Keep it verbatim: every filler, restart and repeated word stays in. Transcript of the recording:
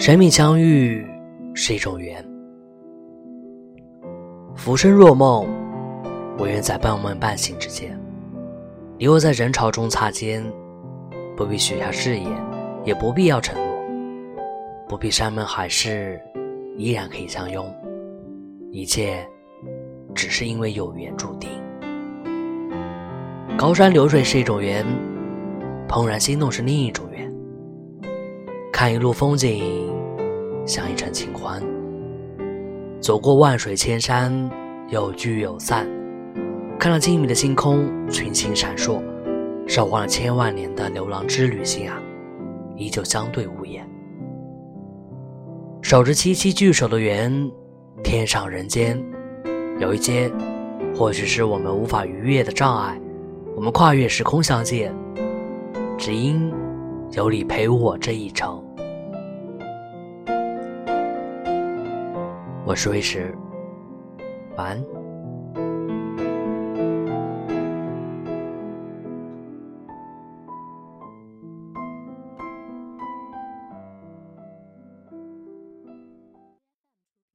生命相遇是一种缘，浮生若梦，我愿在半梦半醒之间。你我在人潮中擦肩，不必许下誓言，也不必要承诺，不必山盟海誓，依然可以相拥。一切只是因为有缘注定。高山流水是一种缘，怦然心动是另一种缘。看一路风景，想一程情欢，走过万水千山，有聚有散，看了静谧的星空，群星闪烁，守望了千万年的流浪之旅信仰，依旧相对无言。守着七七聚首的缘，天上人间，有一些或许是我们无法逾越的障碍，我们跨越时空相见，只因有你陪我这一程。我是魏石，晚安。